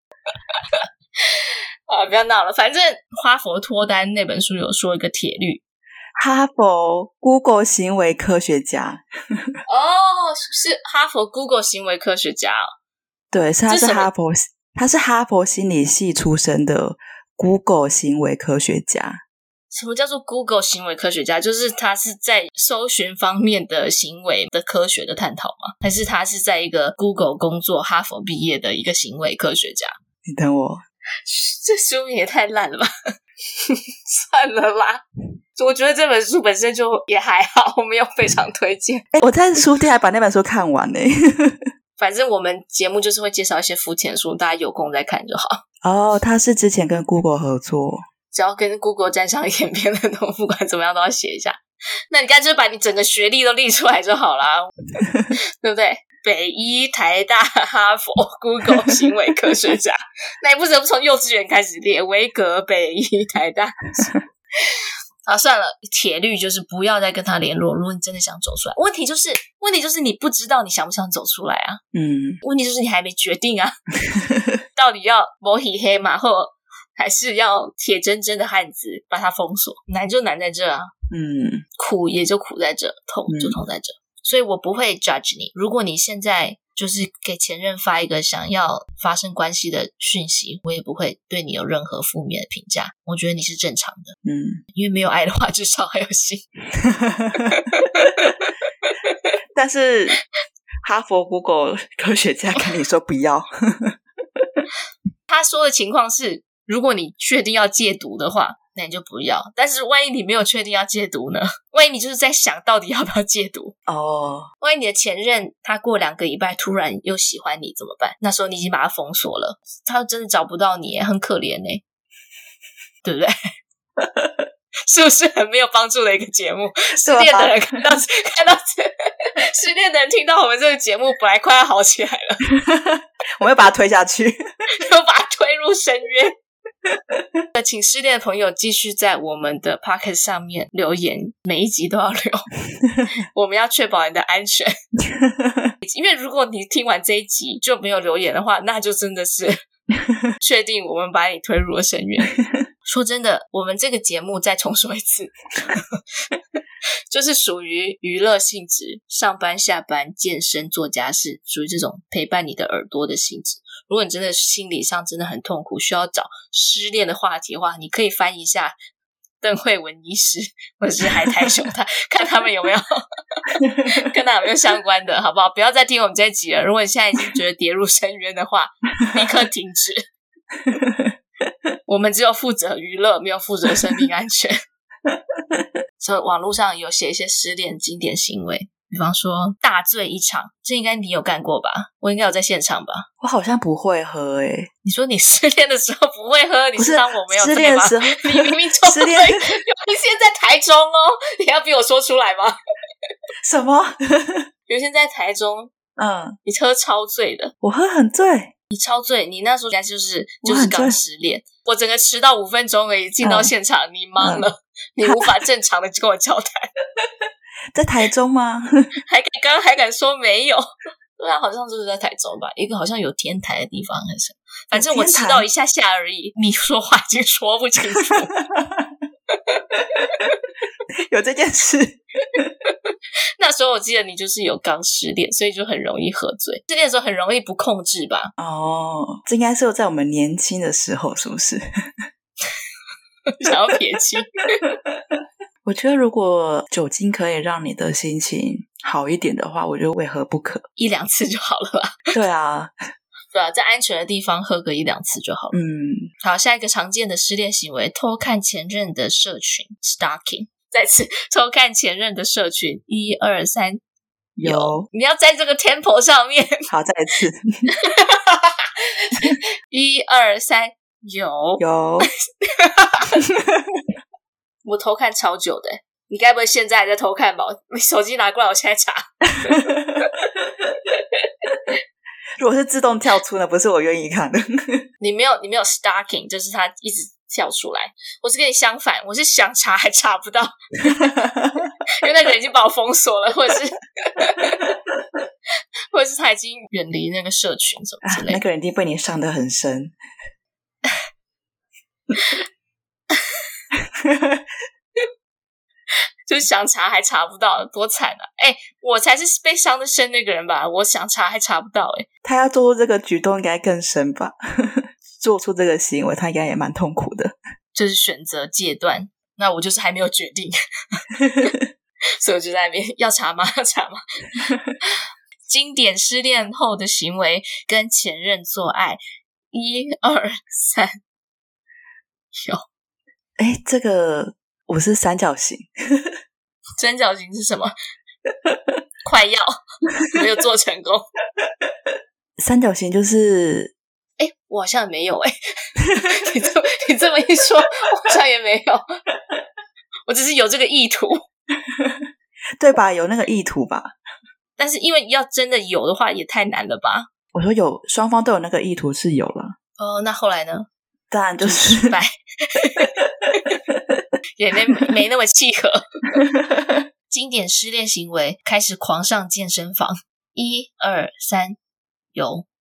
啊，不要闹了，反正哈佛脱单那本书有说一个铁律， 哈佛 Google 行为科学家。 哦，是哈佛 Google 行为科学家哦。 对，是他是哈佛，他是哈佛心理系出身的 Google 行为科学家。 什么叫做 Google 行为科学家？就是他是在搜寻方面的行为的科学的探讨吗？还是他是在一个 Google 工作，哈佛毕业的一个行为科学家？ 你等我， 这书名也太烂了吧。算了啦，我觉得这本书本身就也还好，我没有非常推荐。 欸、我在书店还把那本书看完呢、欸。 反正我们节目就是会介绍一些肤浅书，大家有空再看就好。 哦，他是之前跟 Google 合作， 只要跟 Google 沾上一点边的东西，不管怎么样都要写一下。那你干脆把你整个学历都列出来就好啦。对不对？北医、台大、哈佛、Google 行为科学家，那你不得不从幼稚园开始列，维格、北医、台大。好，算了，铁律就是不要再跟他联络。如果你真的想走出来，问题就是问题就是你不知道你想不想走出来啊。 嗯， 问题就是你还没决定啊，到底要摩黑黑马或还是要铁铮铮的汉子把它封锁？难就难在这啊， 嗯， 苦也就苦在这，痛就痛在这、嗯、所以我不会 judge 你。如果你现在就是给前任发一个想要发生关系的讯息，我也不会对你有任何负面的评价，我觉得你是正常的。 嗯， 因为没有爱的话至少还有心。 但是哈佛 Google 科学家跟你说不要。 他说的情况是，如果你确定要戒毒的话，那你就不要。但是万一你没有确定要戒毒呢？万一你就是在想到底要不要戒毒哦， 万一你的前任他过两个礼拜突然又喜欢你怎么办？那时候你已经把他封锁了，他真的找不到你，很可怜耶，对不对？是不是很没有帮助的一个节目？失恋的人看到看到失恋的人听到我们这个节目本来快要好起来了， 我们要把它推下去， 又把它推入深渊。请失恋的朋友继续在我们的 Podcast 上面留言，每一集都要留。我们要确保你的安全。因为如果你听完这一集就没有留言的话，那就真的是确定我们把你推入了深渊。说真的，我们这个节目再重说一次，就是属于娱乐性质，上班下班健身做家事，属于这种陪伴你的耳朵的性质。如果你真的心理上真的很痛苦，需要找失恋的话题的话，你可以翻一下邓慧文医师或者是海苔熊他看他们有没有跟他有没有相关的，好不好？不要再听我们这一集了。如果你现在已经觉得跌入深渊的话，立刻停止。我们只有负责娱乐，没有负责生命安全。所以网络上有写一些失恋经典行为，比方说大醉一场，这应该你有干过吧？我应该有在现场吧？ 我好像不会喝诶、欸。 你说你失恋的时候不会喝，你是当我没有失恋的时候， 你明明就失恋，你现在台中哦，你要逼我说出来吗？ 什么？ 有现在台中， 嗯， 你喝超醉的， 我喝很醉。 你超醉，你那时候应该就是就是刚失恋，我整个迟到五分钟而已，进到现场、嗯、你忙了、嗯、你无法正常的跟我交谈。 在台中吗？ 还敢刚刚还敢说没有？对啊，好像就是在台中吧，一个好像有天台的地方还是什么，反正我迟到一下下而已，你说话已经说不清楚。 有这件事。 那时候我记得你就是有刚失恋，所以就很容易喝醉，失恋的时候很容易不控制吧。 哦，这应该是在我们年轻的时候，是不是？ 想要撇清。 我觉得如果酒精可以让你的心情好一点的话，我觉得为何不可？ 一两次就好了吧。对啊，对啊，在安全的地方喝个一两次就好了。 嗯， 好，下一个常见的失恋行为，偷看前任的社群 stalking。再次偷看前任的社群，一二三， 有， 你要在这个 tempo 上面。 好，再一次。 一二三，有有。 我偷看超久的，你该不会现在还在偷看吧？你手机拿过来，我现在查。 如果是自动跳出呢，不是我愿意看的。 你没有，你没有 stalking， 就是他一直跳出来。我是跟你相反，我是想查还查不到，因为那个人已经把我封锁了，或者是或者是他已经远离那个社群什么之类的、 啊、那个人一定被你伤得很深。 就是想查还查不到，多惨啊！哎，我才是被伤得深那个人吧？我想查还查不到、欸，哎， 他要做出这个举动应该更深吧？做出这个行为，他应该也蛮痛苦的。 就是选择戒断，那我就是还没有决定，所以我就在那边要查吗？要查吗？经典失恋后的行为，跟前任做爱，一二三，有。 哎，这个我是三角形。 三角形是什么？快要没有做成功。 三角形就是哎，我好像没有哎。你这么你这么一说，我好像也没有。我只是有这个意图。 对吧？有那个意图吧。 但是因为要真的有的话也太难了吧。 我说有，双方都有那个意图是有了。 哦，那后来呢？ 当然就是失败。也没没那么契合。经典失恋行为，开始狂上健身房，一二三，有。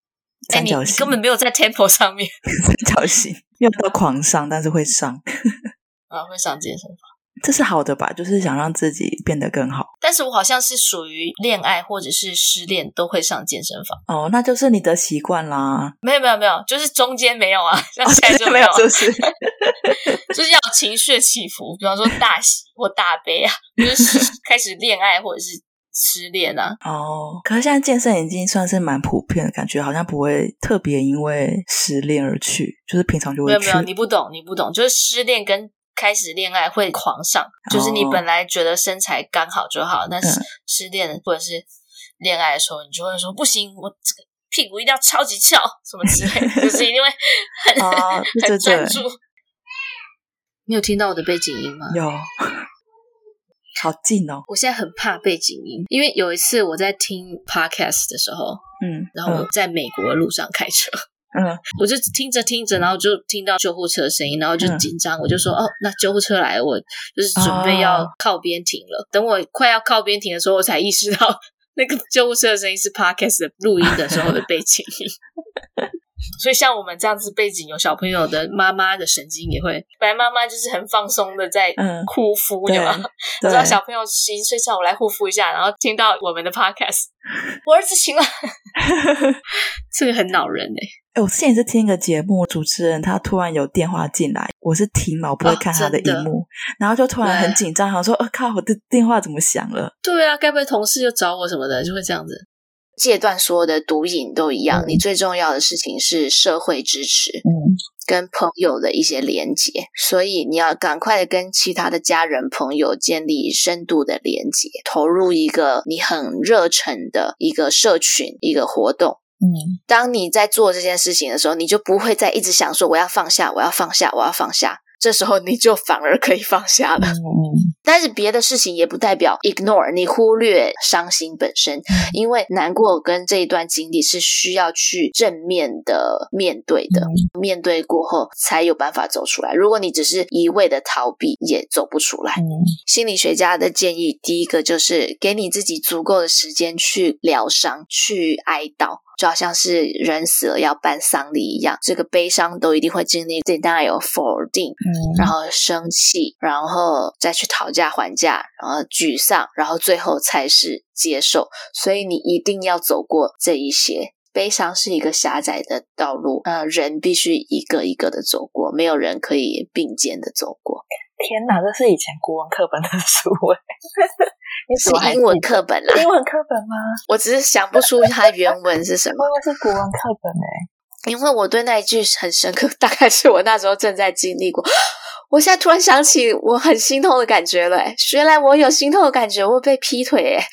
三角形、 欸、你根本没有在 tempo 上面。 三角形没有到狂上，但是会上啊，会上健身房， 这是好的吧，就是想让自己变得更好。 但是我好像是属于恋爱或者是失恋都会上健身房。 哦，那就是你的习惯啦。 没有没有没有，就是中间没有啊，像现在就没有，是不是？ 就是要有情绪的起伏，比方说大喜或大悲啊，就是开始恋爱或者是失恋啊。 哦，可是现在健身已经算是蛮普遍的感觉，好像不会特别因为失恋而去，就是平常就会去。 没有没有，你不懂你不懂，就是失恋跟开始恋爱会狂上，就是你本来觉得身材刚好就好，但是失恋或者是恋爱的时候，你就会说不行，我这个屁股一定要超级翘什么之类的，就是一定会很、哦、很专注。你有听到我的背景音吗？ 有，好近哦。 我现在很怕背景音，因为有一次我在听 podcast 的时候，嗯，然后我在美国的路上开车，嗯，我就听着听着，然后就听到救护车的声音，然后就紧张、嗯、我就说哦，那救护车来了，我就是准备要靠边停了、哦、等我快要靠边停的时候，我才意识到那个救护车的声音是 podcast 的录音的时候的背景音。所以像我们这样子背景有小朋友的妈妈的神经也会，本来妈妈就是很放松的在护肤，对吧？知道小朋友十一岁上我来护肤一下，然后听到我们的 podcast， 我儿子醒了，这个很恼人欸。 欸，我之前也是听一个节目，主持人他突然有电话进来，我是听嘛，我不会看他的荧幕、哦、然后就突然很紧张，想说呃、哦、靠，我的电话怎么响了？对啊，该不会同事又找我什么的，就会这样子。戒断所有的毒瘾都一样、嗯、你最重要的事情是社会支持，嗯，跟朋友的一些连结，所以你要赶快的跟其他的家人朋友建立深度的连结，投入一个你很热忱的一个社群一个活动。嗯，当你在做这件事情的时候，你就不会再一直想说我要放下我要放下我要放下，这时候你就反而可以放下了。嗯，但是别的事情也不代表 ignore 你忽略伤心本身、嗯、因为难过跟这一段经历是需要去正面的面对的、嗯、面对过后才有办法走出来，如果你只是一味的逃避也走不出来、嗯、心理学家的建议第一个就是给你自己足够的时间去疗伤去哀悼，就好像是人死了要办丧礼一样，这个悲伤都一定会经历 denial 否定、嗯、然后生气，然后再去讨价还价，然后沮丧，然后最后才是接受，所以你一定要走过这一些。悲伤是一个狭窄的道路，呃，人必须一个一个的走过，没有人可以并肩的走过。 天哪，这是以前国文课本的书耶。你是英文课本啦？ 英文课本吗？ 我只是想不出它原文是什么。 我以为是国文课本耶。 因为我对那一句很深刻，大概是我那时候正在经历过。我现在突然想起我很心痛的感觉了耶，原来我有心痛的感觉，我被劈腿耶。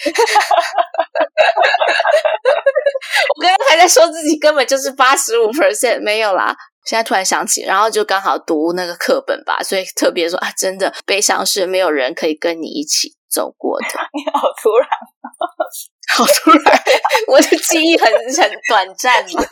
我刚刚还在说自己根本就是 百分之八十五 没有啦，现在突然想起，然后就刚好读那个课本吧，所以特别说啊，真的悲伤是没有人可以跟你一起走过的。 你好突然好突然，我的记忆很很短暂嘛。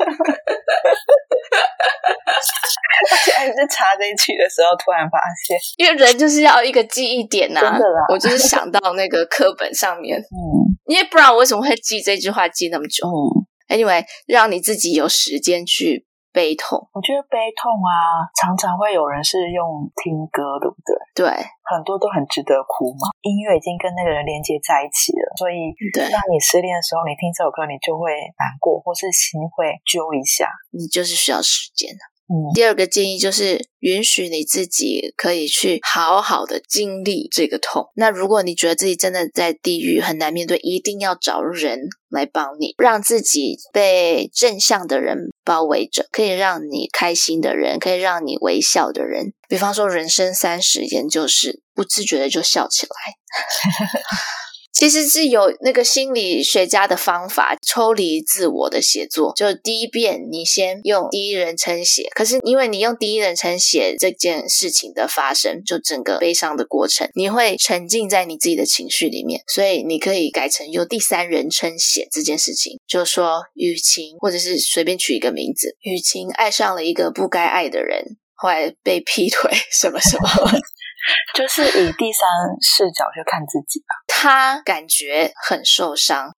而且还是查这一句的时候突然发现， 因为人就是要一个记忆点啊， 真的啦， 我就是想到那个课本上面，嗯，因为不然我为什么会记这句话记那么久？嗯 ，anyway， 让你自己有时间去悲痛。 我觉得悲痛啊，常常会有人是用听歌，对不对？ 对， 很多都很值得哭嘛。音乐已经跟那个人连接在一起了，所以当你失恋的时候，你听这首歌，你就会难过，或是心会揪一下。 你就是需要时间的。嗯，第二个建议就是允许你自己可以去好好的经历这个痛。那如果你觉得自己真的在地狱很难面对，一定要找人来帮你，让自己被正向的人包围着，可以让你开心的人，可以让你微笑的人。比方说人生三十研究室，不自觉的就笑起来。其实是有那个心理学家的方法，抽离自我的写作。就第一遍你先用第一人称写，可是因为你用第一人称写这件事情的发生，就整个悲伤的过程，你会沉浸在你自己的情绪里面，所以你可以改成用第三人称写这件事情，就说雨晴，或者是随便取一个名字，雨晴爱上了一个不该爱的人，后来被劈腿什么什么。 就是以第三视角去看自己吧。 他感觉很受伤，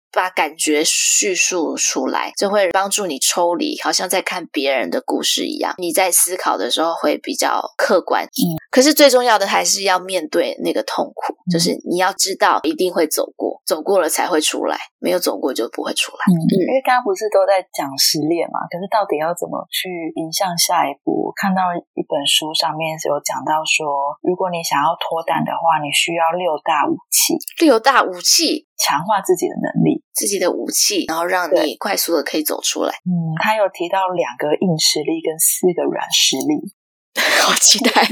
把感觉叙述出来，这会帮助你抽离，好像在看别人的故事一样，你在思考的时候会比较客观。嗯，可是最重要的还是要面对那个痛苦，嗯，就是你要知道一定会走过，走过了才会出来，没有走过就不会出来。 嗯，嗯，因为刚刚不是都在讲失恋嘛，可是到底要怎么去迎向下一步？看到一本书上面是有讲到说，如果你想要脱单的话，你需要六大武器。 六大武器， 强化自己的能力， 自己的武器，然后让你快速的可以走出来。 嗯，他有提到两个硬实力跟四个软实力， 好期待。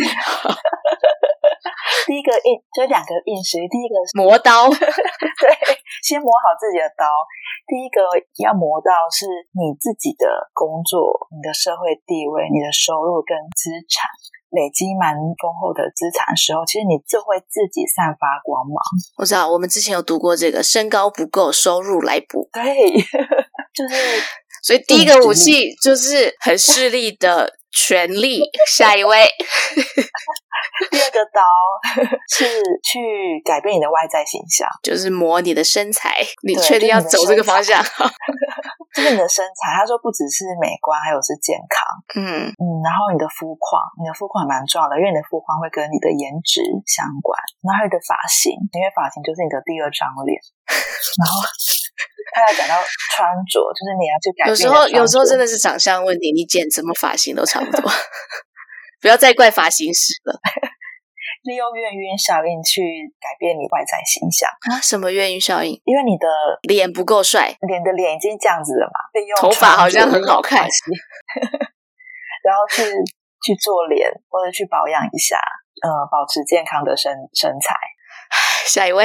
第一个硬就是两个硬实力，第一个是磨刀， 对，先磨好自己的刀。第一个要磨到是你自己的工作、你的社会地位、你的收入跟资产累积蛮丰厚的资产的时候，其实你就会自己散发光芒。 我知道，我们之前有读过这个，身高不够，收入来补。 对，就是所以第一个武器就是很势利的权力。下一位。 第二个刀是去改变你的外在形象， 就是磨你的身材。你确定要走这个方向？ 就是你的身材，他说不只是美观，还有是健康。嗯嗯，然后你的肤况，你的肤况蛮重要的，因为你的肤况会跟你的颜值相关。然后你的发型，因为发型就是你的第二张脸。然后他要讲到穿着，就是你要去改变。 有时候有时候真的是长相问题，你剪什么发型都差不多。不要再怪发型师了。 利用眩晕效应去改变你外在形象啊？什么眩晕效应？ 因为你的脸不够帅， 脸的脸已经这样子了嘛，利用头发好像很好看， 然后去去做脸或者去保养一下，呃，保持健康的身身材。 下一位。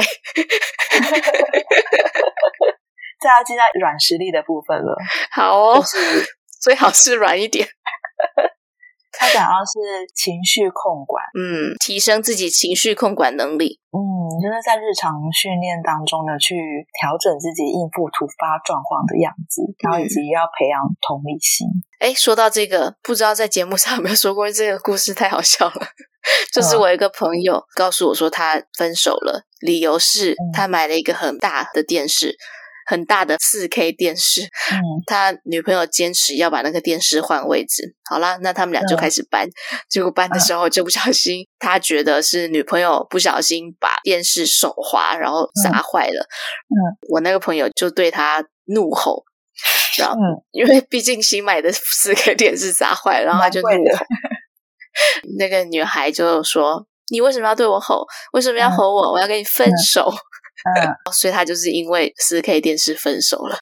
再要进到软实力的部分了。 好哦， 就是最好是软一点。 他讲到是情绪控管， 嗯，提升自己情绪控管能力。 嗯，就是在日常训练当中呢，去调整自己应付突发状况的样子，然后以及要培养同理心。 诶、嗯、说到这个，不知道在节目上有没有说过，这个故事太好笑了。就是我一个朋友告诉我说他分手了，理由是他买了一个很大的电视，很大的 四 K 电视，嗯，他女朋友坚持要把那个电视换位置。好啦，那他们俩就开始搬，嗯，结果搬的时候就不小心，嗯，他觉得是女朋友不小心把电视手滑，然后砸坏了。嗯，我那个朋友就对他怒吼，然后，嗯，因为毕竟新买的 四 K 电视砸坏了，然后他就怒吼。那个女孩就说：“你为什么要对我吼？为什么要吼我？嗯，我要跟你分手。嗯”嗯，所以他就是因为 四 K 电视分手了。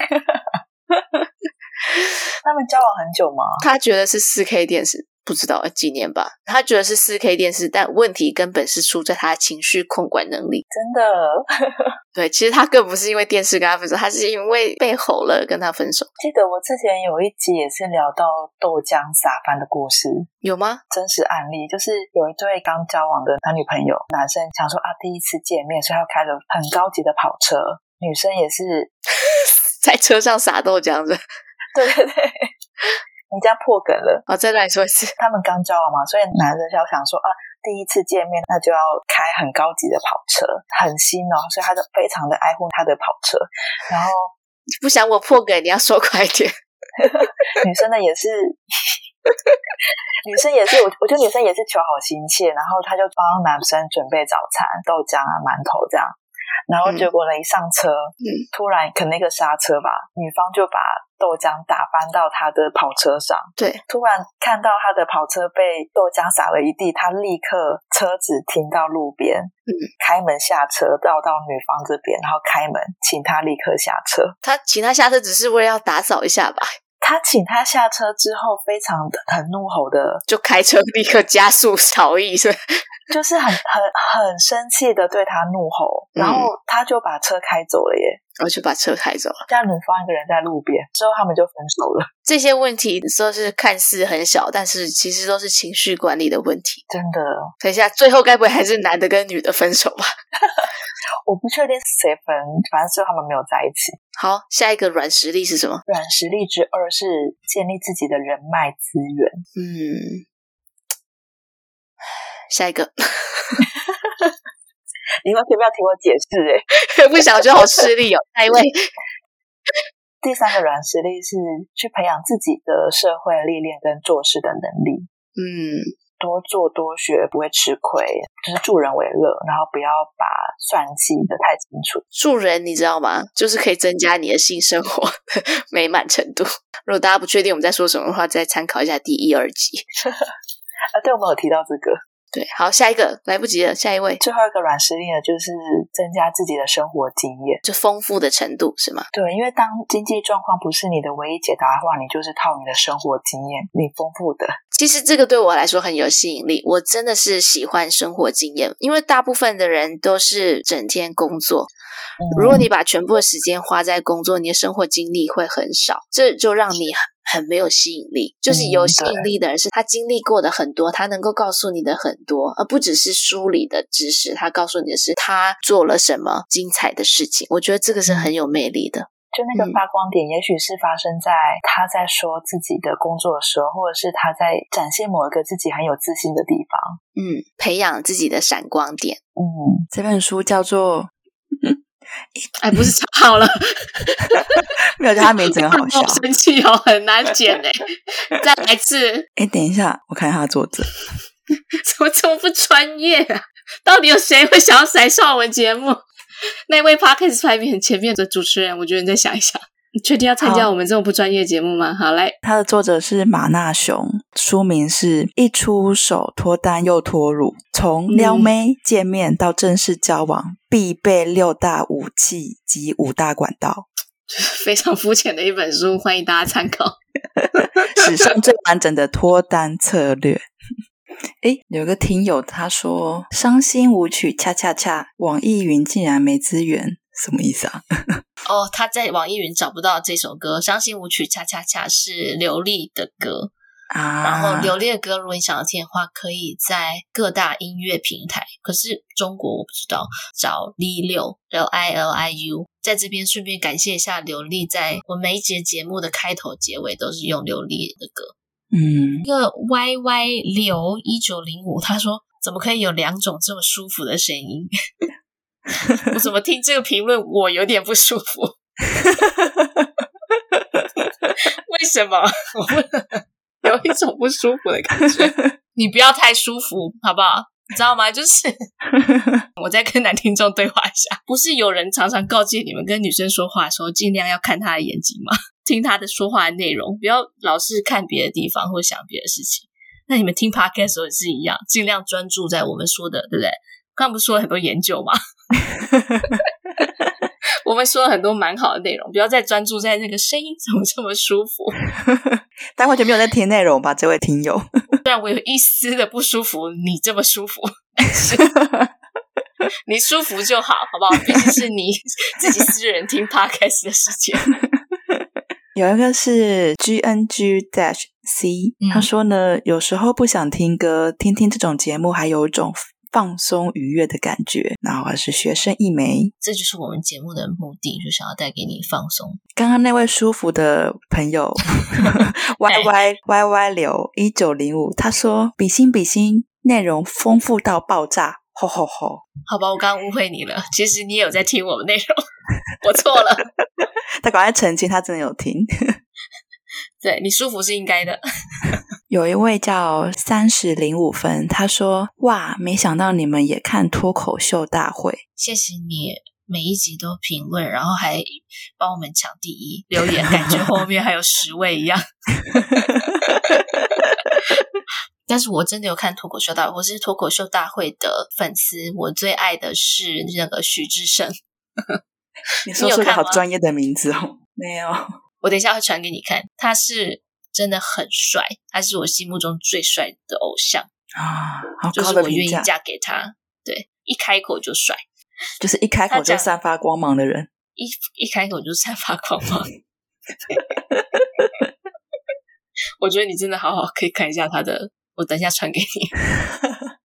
他们交往很久吗？ 他觉得是 四 K 电视，不知道几年吧。他觉得是 四 K 电视，但问题根本是出在他的情绪控管能力。 真的。 对，其实他更不是因为电视跟他分手，他是因为被吼了跟他分手。 记得我之前有一集也是聊到豆浆洒饭的故事。 有吗？ 真实案例就是有一对刚交往的男女朋友，男生想说啊第一次见面，所以他开了很高级的跑车，女生也是在车上撒豆浆子。 对对对，你这样破梗了。 好，再来说一次。 他们刚交往嘛，所以男生就想说啊第一次见面那就要开很高级的跑车，很新哦，所以他就非常的爱护他的跑车。然后不想我破梗，你要说快一点。 女生呢也是女生也是我我觉得女生也是求好心切，然后她就帮男生准备早餐，豆浆啊馒头这样。然后结果呢，一上车，嗯，突然可能那个刹车吧，女方就把豆浆打翻到他的跑车上。对，突然看到他的跑车被豆浆洒了一地，他立刻车子停到路边，嗯，开门下车绕到女方这边，然后开门请他立刻下车。 他请他下车只是为了要打扫一下吧？ 他请他下车之后，非常很怒吼的， 就开车立刻加速逃逸，是就是很很很生气的对他怒吼，然后他就把车开走了耶， 然后就把车开走了。 这样女方一个人在路边，之后他们就分手了。 这些问题说是看似很小，但是其实都是情绪管理的问题。 真的。 等一下，最后该不会还是男的跟女的分手吧？ 我不确定谁分，反正最后他们没有在一起。 好，下一个软实力是什么？ 软实力之二是建立自己的人脉资源。 嗯，下一个你完全没有听我解释耶。 不想就好势利哦。下一位。 第三个软实力是去培养自己的社会历练跟做事的能力。 嗯， 多做多学，不会吃亏，就是助人为乐，然后不要把算计得太清楚。 助人你知道吗？就是可以增加你的性生活美满程度。如果大家不确定我们在说什么的话，再参考一下第一、二集。 啊，对，我们有提到这个。 对，好，下一个来不及了，下一位。 最后一个软实力呢，就是增加自己的生活经验， 就丰富的程度是吗？ 对，因为当经济状况不是你的唯一解答的话，你就是靠你的生活经验，你丰富的。 其实这个对我来说很有吸引力，我真的是喜欢生活经验，因为大部分的人都是整天工作，嗯、如果你把全部的时间花在工作，你的生活经历会很少，这就让你很很没有吸引力。就是有吸引力的人是他经历过的很多，他能够告诉你的很多，而不只是书里的知识，他告诉你的是他做了什么精彩的事情。我觉得这个是很有魅力的。 就那个发光点、嗯、也许是发生在他在说自己的工作的时候，或者是他在展现某一个自己很有自信的地方。 嗯，培养自己的闪光点。 嗯，这本书叫做哎，不是讲好了没有，他名字很好笑， 好生气哦，很难剪耶再来一次。 哎，等一下，我看一下他的作者怎么这么不专业啊？到底有谁会想要来上我们节目？那位 Podcast 排名很前面的主持人，我觉得你再想一想，你确定要参加我们这种不专业节目吗？好，来， 他的作者是马纳雄，书名是一出手脱单又脱乳，从撩妹见面到正式交往、嗯、必备六大武器及五大管道， 非常肤浅的一本书，欢迎大家参考史上最完整的脱单策略。诶，有个听友他说伤心舞曲恰恰恰网易云竟然没资源，什么意思啊？ 哦，他在网易云找不到这首歌，伤心舞曲恰恰恰是刘丽的歌啊。然后刘丽的歌如果你想要听的话，可以在各大音乐平台，可是中国我不知道，找 Li Liu L I L I U。 在这边顺便感谢一下刘丽，在我每一节节目的开头结尾都是用刘丽的歌。嗯，一个 Y Y 刘一九零五他说怎么可以有两种这么舒服的声音我怎么听这个评论我有点不舒服为什么我有一种不舒服的感觉你不要太舒服好不好，你知道吗？就是我在跟男听众对话一下，不是有人常常告诫你们跟女生说话的时候尽量要看她的眼睛吗？听她的说话的内容，不要老是看别的地方或想别的事情。那你们听 podcast 的时候也是一样，尽量专注在我们说的，对不对？刚刚不是说了很多研究吗我们说了很多蛮好的内容，不要再专注在那个声音怎么这么舒服但完全没有在听内容吧，这位听友虽然我有一丝的不舒服你这么舒服但是你舒服就好好不好，毕竟是你自己私人听 podcast 的时间有一个是 G N G C、嗯、他说呢，有时候不想听歌，听听这种节目还有一种放松愉悦的感觉。然后还是学生一枚， 这就是我们节目的目的，就想要带给你放松。 刚刚那位舒服的朋友Y Y Y Y 流一九零五他说比心比心，内容丰富到爆炸，吼吼吼。 好吧，我刚刚误会你了，其实你也有在听我们内容我错了他赶快澄清他真的有听对，你舒服是应该的有一位叫三十零五分他说哇，没想到你们也看脱口秀大会， 谢谢你每一集都评论，然后还帮我们抢第一留言，感觉后面还有十位一样但是我真的有看脱口秀大会，我是脱口秀大会的粉丝，我最爱的是那个许志胜你说出个好专业的名字哦。没有， 我等一下会传给你看，他是真的很帅，他是我心目中最帅的偶像啊，好高的评价，就是我愿意嫁给他。对，一开口就帅， 就是一开口就散发光芒的人， 一一开口就散发光芒我觉得你真的好好可以看一下他的，我等一下传给你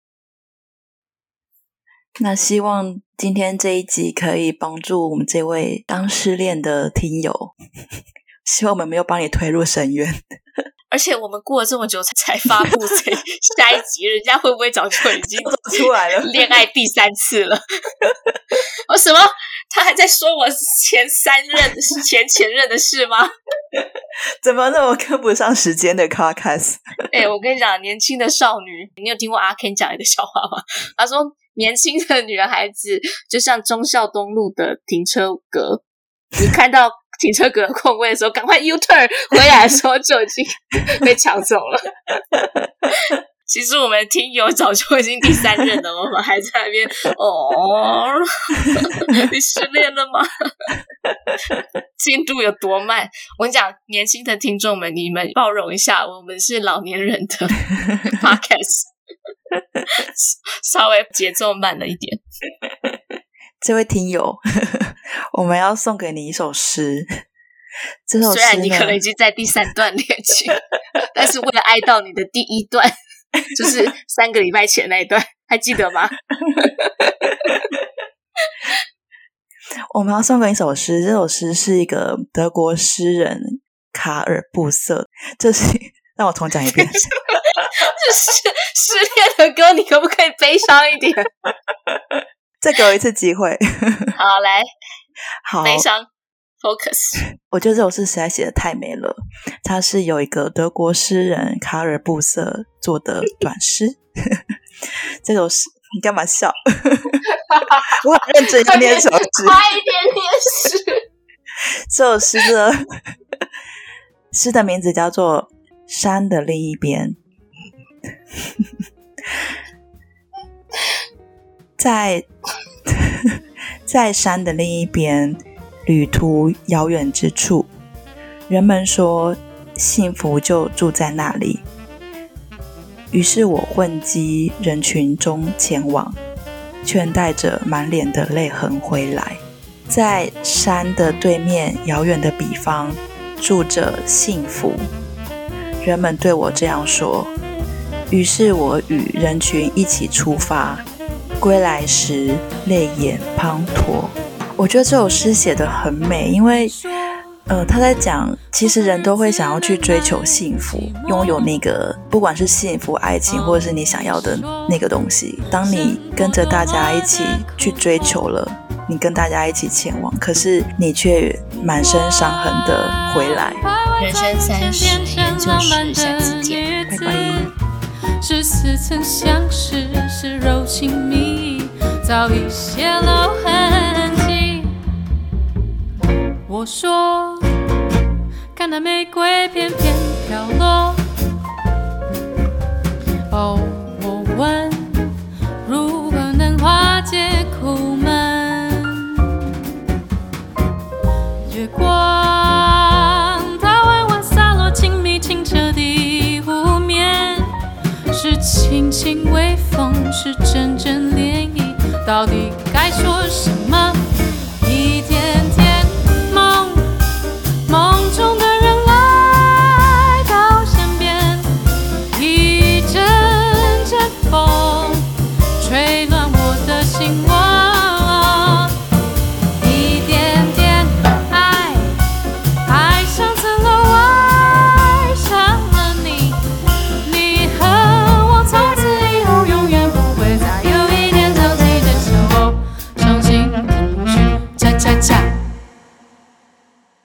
那希望今天这一集可以帮助我们这位刚失恋的听友希望我们没有帮你推入深渊而而且我们过了这么久才发布下一集，人家会不会早就已经出来了恋爱第三次了？我什么？他还在说我前三任前前任的事吗？ 怎么那么跟不上时间的 podcast？ 哎、欸，我跟你讲，年轻的少女，你有听过阿 Ken 讲一个笑话吗？他说，年轻的女孩子就像忠孝东路的停车格，你看到停车格空位的时候，赶快 U turn 回来的时候就已经被抢走了。其实我们听友早就已经第三任了，我们还在那边哦，你失恋了吗？进度有多慢？我跟你讲，年轻的听众们，你们包容一下，我们是老年人的 podcast， 稍微节奏慢了一点。 这位听友，我们要送给你一首诗。这首诗虽然你可能已经在第三段恋情，但是为了哀悼你的第一段，就是三个礼拜前那一段，还记得吗？ 我们要送给你一首诗，这首诗是一个德国诗人卡尔布瑟，这是让我重讲一遍。 这是失恋的歌，你可不可以悲伤一点？ 再给我一次机会。 好，来， 好， 悲伤 ，focus。 我觉得这首诗实在写得太美了，它是有一个德国诗人卡尔布瑟做的短诗。这首诗，你干嘛笑？我很认真要念首诗， 快一点念诗。 这首诗的诗的名字叫做《山的另一边》。在在山的另一边，旅途遥远之处，人们说幸福就住在那里。于是我混迹人群中前往，却带着满脸的泪痕回来。在山的对面遥远的彼方，住着幸福。人们对我这样说。于是我与人群一起出发，归来时泪眼滂沱。我觉得这首诗写得很美，因为呃，他在讲其实人都会想要去追求幸福，拥有那个不管是幸福爱情或者是你想要的那个东西。当你跟着大家一起去追求了，你跟大家一起前往，可是你却满身伤痕的回来。 人生三十，人就是下次见， 拜拜。 是似曾相识，是柔情蜜意，早已泄露痕迹。我说，看那玫瑰片片飘落。哦，我问，如何能化解苦闷？月光，它缓缓洒落，静谧清澈的湖面。是轻轻微风，是阵阵涟漪，到底该说什么？